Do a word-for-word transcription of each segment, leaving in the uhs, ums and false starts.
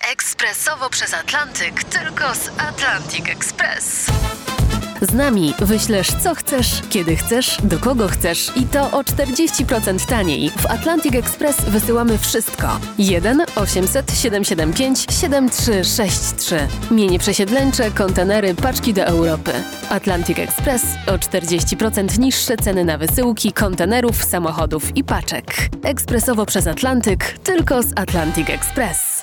Ekspresowo przez Atlantyk, tylko z Atlantic Express. Z nami wyślesz co chcesz, kiedy chcesz, do kogo chcesz i to o czterdzieści procent taniej. W Atlantic Express wysyłamy wszystko. jeden osiemset siedemset siedemdziesiąt pięć siedemdziesiąt trzy sześćdziesiąt trzy. Mienie przesiedleńcze, kontenery, paczki do Europy. Atlantic Express o czterdzieści procent niższe ceny na wysyłki, kontenerów, samochodów i paczek. Ekspresowo przez Atlantyk, tylko z Atlantic Express.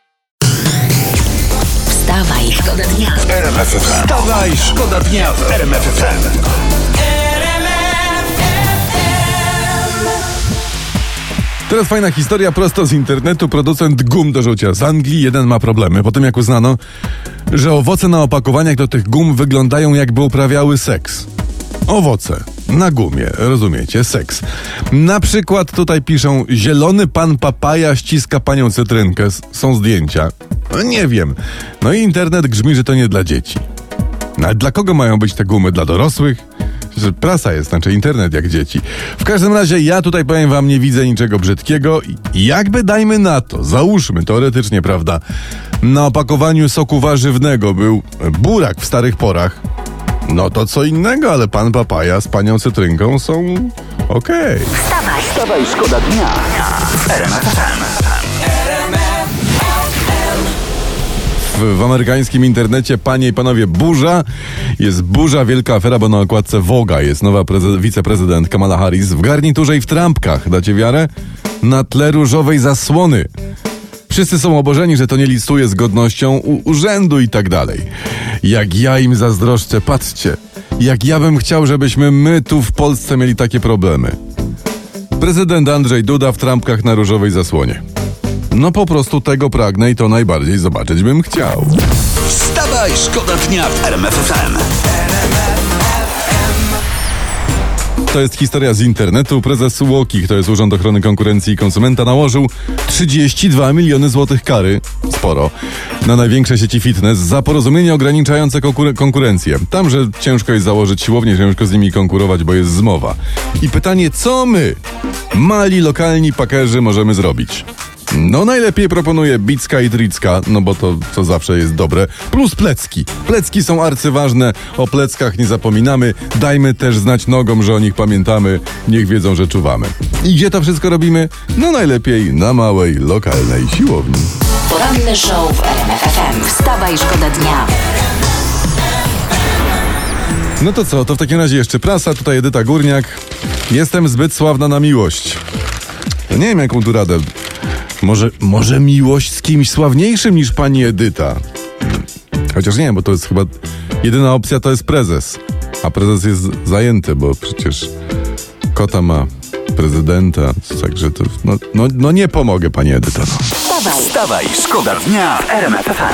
Wstawaj, szkoda dnia w R M F F M. Wstawaj, szkoda dnia w R M F F M. Teraz fajna historia prosto z internetu. Producent gum do rzucia z Anglii jeden ma problemy po tym, jak uznano, że owoce na opakowaniach do tych gum wyglądają, jakby uprawiały seks. Owoce na gumie, rozumiecie, seks. Na przykład tutaj piszą: zielony pan papaja ściska panią cytrynkę. S- są zdjęcia. No nie wiem. No i internet grzmi, że to nie dla dzieci. No ale dla kogo mają być te gumy? Dla dorosłych? Że prasa jest, znaczy internet jak dzieci. W każdym razie ja tutaj powiem wam, nie widzę niczego brzydkiego. I jakby dajmy na to, załóżmy teoretycznie, prawda, na opakowaniu soku warzywnego był burak w starych porach, no to co innego, ale pan papaja z panią cytrynką są okej. Okay. Wstawaj, Wstawaj, szkoda dnia w R M F F M. W, w amerykańskim internecie, panie i panowie, burza. Jest burza, wielka afera, bo na okładce Vogue'a jest nowa preze- wiceprezydent Kamala Harris w garniturze i w trampkach. Dacie wiarę? Na tle różowej zasłony. Wszyscy są oburzeni, że to nie listuje z godnością u- urzędu i tak dalej. Jak ja im zazdroszczę, patrzcie. Jak ja bym chciał, żebyśmy my tu w Polsce mieli takie problemy. Prezydent Andrzej Duda w trampkach na różowej zasłonie. No po prostu tego pragnę i to najbardziej zobaczyć bym chciał. Wstawaj, szkoda dnia w R M F F M. To jest historia z internetu. Prezes UOKiK, to jest Urząd Ochrony Konkurencji i Konsumenta, nałożył trzydzieści dwa miliony złotych kary, sporo, na największe sieci fitness za porozumienie ograniczające konkur- konkurencję. Tam, że ciężko jest założyć siłownię, ciężko z nimi konkurować, bo jest zmowa. I pytanie, co my, mali, lokalni pakerzy, możemy zrobić? No najlepiej proponuję bicka i tricka, no bo to co zawsze jest dobre, plus plecki. Plecki są arcyważne, o pleckach nie zapominamy, dajmy też znać nogom, że o nich pamiętamy, niech wiedzą, że czuwamy. I gdzie to wszystko robimy? No najlepiej na małej, lokalnej siłowni. Poranny show w R M F F M. Wstawaj, szkoda dnia. No to co, to w takim razie jeszcze prasa, tutaj Edyta Górniak. Jestem zbyt sławna na miłość. No nie wiem, jaką tu radę. Może, może miłość z kimś sławniejszym niż pani Edyta. Chociaż nie, bo to jest chyba jedyna opcja, to jest prezes. A prezes jest zajęty, bo przecież kota ma prezydenta. Także to, no, no, no nie pomogę, pani Edyta. No. Wstawaj, Wstawaj, szkoda dnia w R M F F M.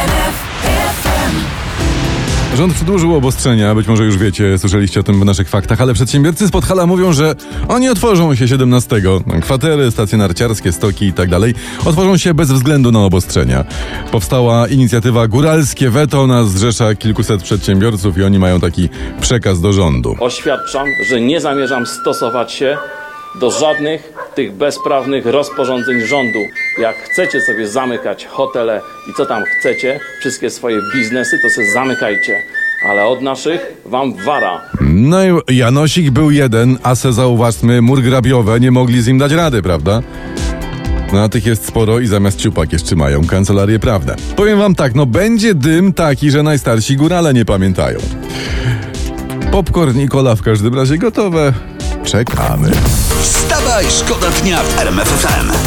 Rząd przedłużył obostrzenia, być może już wiecie, słyszeliście o tym w naszych faktach, ale przedsiębiorcy z Podhala mówią, że oni otworzą się siedemnastego. Kwatery, stacje narciarskie, stoki i tak dalej otworzą się bez względu na obostrzenia. Powstała inicjatywa Góralskie Weto, ona zrzesza kilkuset przedsiębiorców i oni mają taki przekaz do rządu. Oświadczam, że nie zamierzam stosować się do żadnych tych bezprawnych rozporządzeń rządu. Jak chcecie sobie zamykać hotele i co tam chcecie, wszystkie swoje biznesy, to sobie zamykajcie. Ale od naszych wam wara. No i Janosik był jeden, a se zauważmy, murgrabiowe nie mogli z nim dać rady, prawda? No a tych jest sporo i zamiast ciupak jeszcze mają kancelarię prawne. Powiem wam tak, no będzie dym taki, że najstarsi górale nie pamiętają. Popcorn i cola w każdym razie gotowe. Czekamy. Wstawaj, szkoda dnia w R M F F M.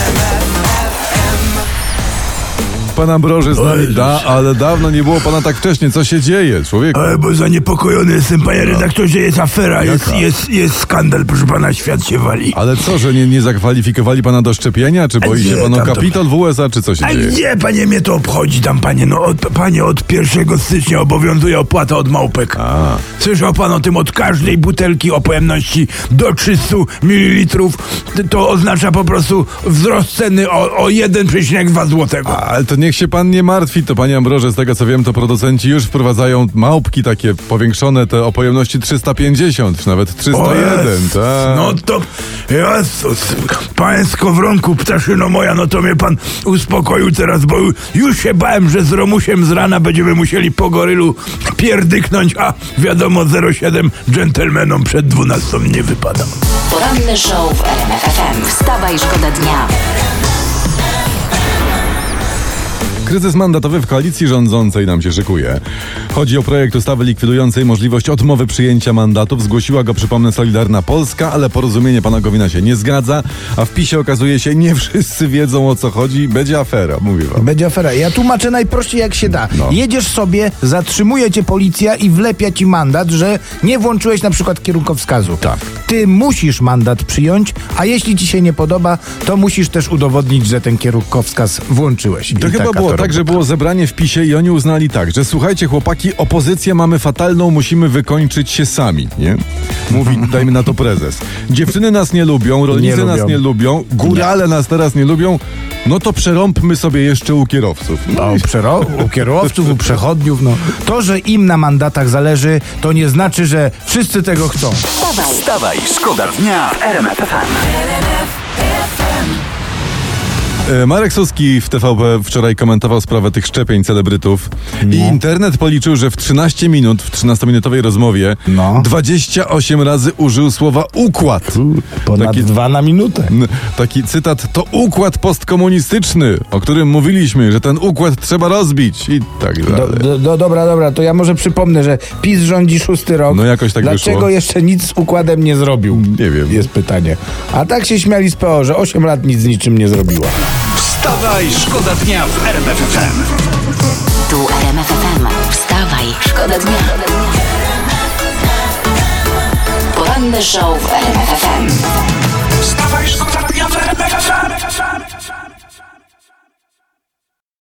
Pan Ambroży z nami, da, ale dawno nie było pana tak wcześnie. Co się dzieje, człowieku? Ale bo zaniepokojony jestem, panie redaktorze, jest afera, jest, jest, jest skandal, proszę pana, świat się wali. Ale co, że nie, nie zakwalifikowali pana do szczepienia? Czy A boi się gdzie pan o tam to- kapitol w U S A, czy co się A dzieje? gdzie, panie, mnie to obchodzi tam, panie? No, od, panie, od pierwszego stycznia obowiązuje opłata od małpek. A. Słyszał pan o tym, od każdej butelki o pojemności do trzysta mililitrów, to oznacza po prostu wzrost ceny o, o jeden przecinek dwa złotego. A, ale to nie niech się pan nie martwi, to panie Ambroże, z tego co wiem, to producenci już wprowadzają małpki takie powiększone, te o pojemności trzysta pięćdziesiąt, czy nawet trzysta jeden, tak. No to, Jezus, panie Skowronku, ptaszyno moja, no to mnie pan uspokoił teraz, bo już się bałem, że z Romusiem z rana będziemy musieli po gorylu pierdyknąć, a wiadomo, zero siedem dżentelmenom przed dwunastą nie wypada. Poranny show w R M F F M. Wstawaj, szkoda dnia. Kryzys mandatowy w koalicji rządzącej nam się szykuje. Chodzi o projekt ustawy likwidującej możliwość odmowy przyjęcia mandatów. Zgłosiła go, przypomnę, Solidarna Polska, ale porozumienie pana Gowina się nie zgadza, a w PiSie okazuje się, nie wszyscy wiedzą, o co chodzi. Będzie afera, mówię wam. Będzie afera. Ja tłumaczę najprościej jak się da. No. Jedziesz sobie, zatrzymuje cię policja i wlepia ci mandat, że nie włączyłeś na przykład kierunkowskazu. Tak. Ty musisz mandat przyjąć, a jeśli ci się nie podoba, to musisz też udowodnić, że ten kierunkowskaz włączyłeś. To I chyba taka było to tak, że robota. było zebranie w PiSie i oni uznali tak, że słuchajcie chłopaki, opozycję mamy fatalną, musimy wykończyć się sami, nie? Mówi, dajmy na to prezes. Dziewczyny nas nie lubią, rolnicy Nie nas lubią. nie lubią, górale nas teraz nie lubią, no to przerąbmy sobie jeszcze u kierowców. No, u, przero- u kierowców, u przechodniów, no. To, że im na mandatach zależy, to nie znaczy, że wszyscy tego chcą. Wstawaj, szkoda dnia w R M F F M. E, Marek Suski w T V P wczoraj komentował sprawę tych szczepień celebrytów i internet policzył, że w trzynaście minut, w trzynastominutowej rozmowie No. dwadzieścia osiem razy użył słowa układ. Ponad Taki- dwa na minutę. N- Taki cytat, to układ postkomunistyczny, o którym mówiliśmy, że ten układ trzeba rozbić i tak Do, dalej. do, do, dobra, dobra, to ja może przypomnę, że PiS rządzi szósty rok. No jakoś tak Dlaczego wyszło. jeszcze nic z układem nie zrobił? Nie wiem. Jest pytanie. A tak się śmiali z P O, że osiem lat nic z niczym nie zrobiła. Wstawaj, szkoda dnia w R M F F M. Tu R M F F M. Wstawaj, szkoda dnia. Poranny show w R M F F M. Wstawaj, szkoda dnia w R M F F M.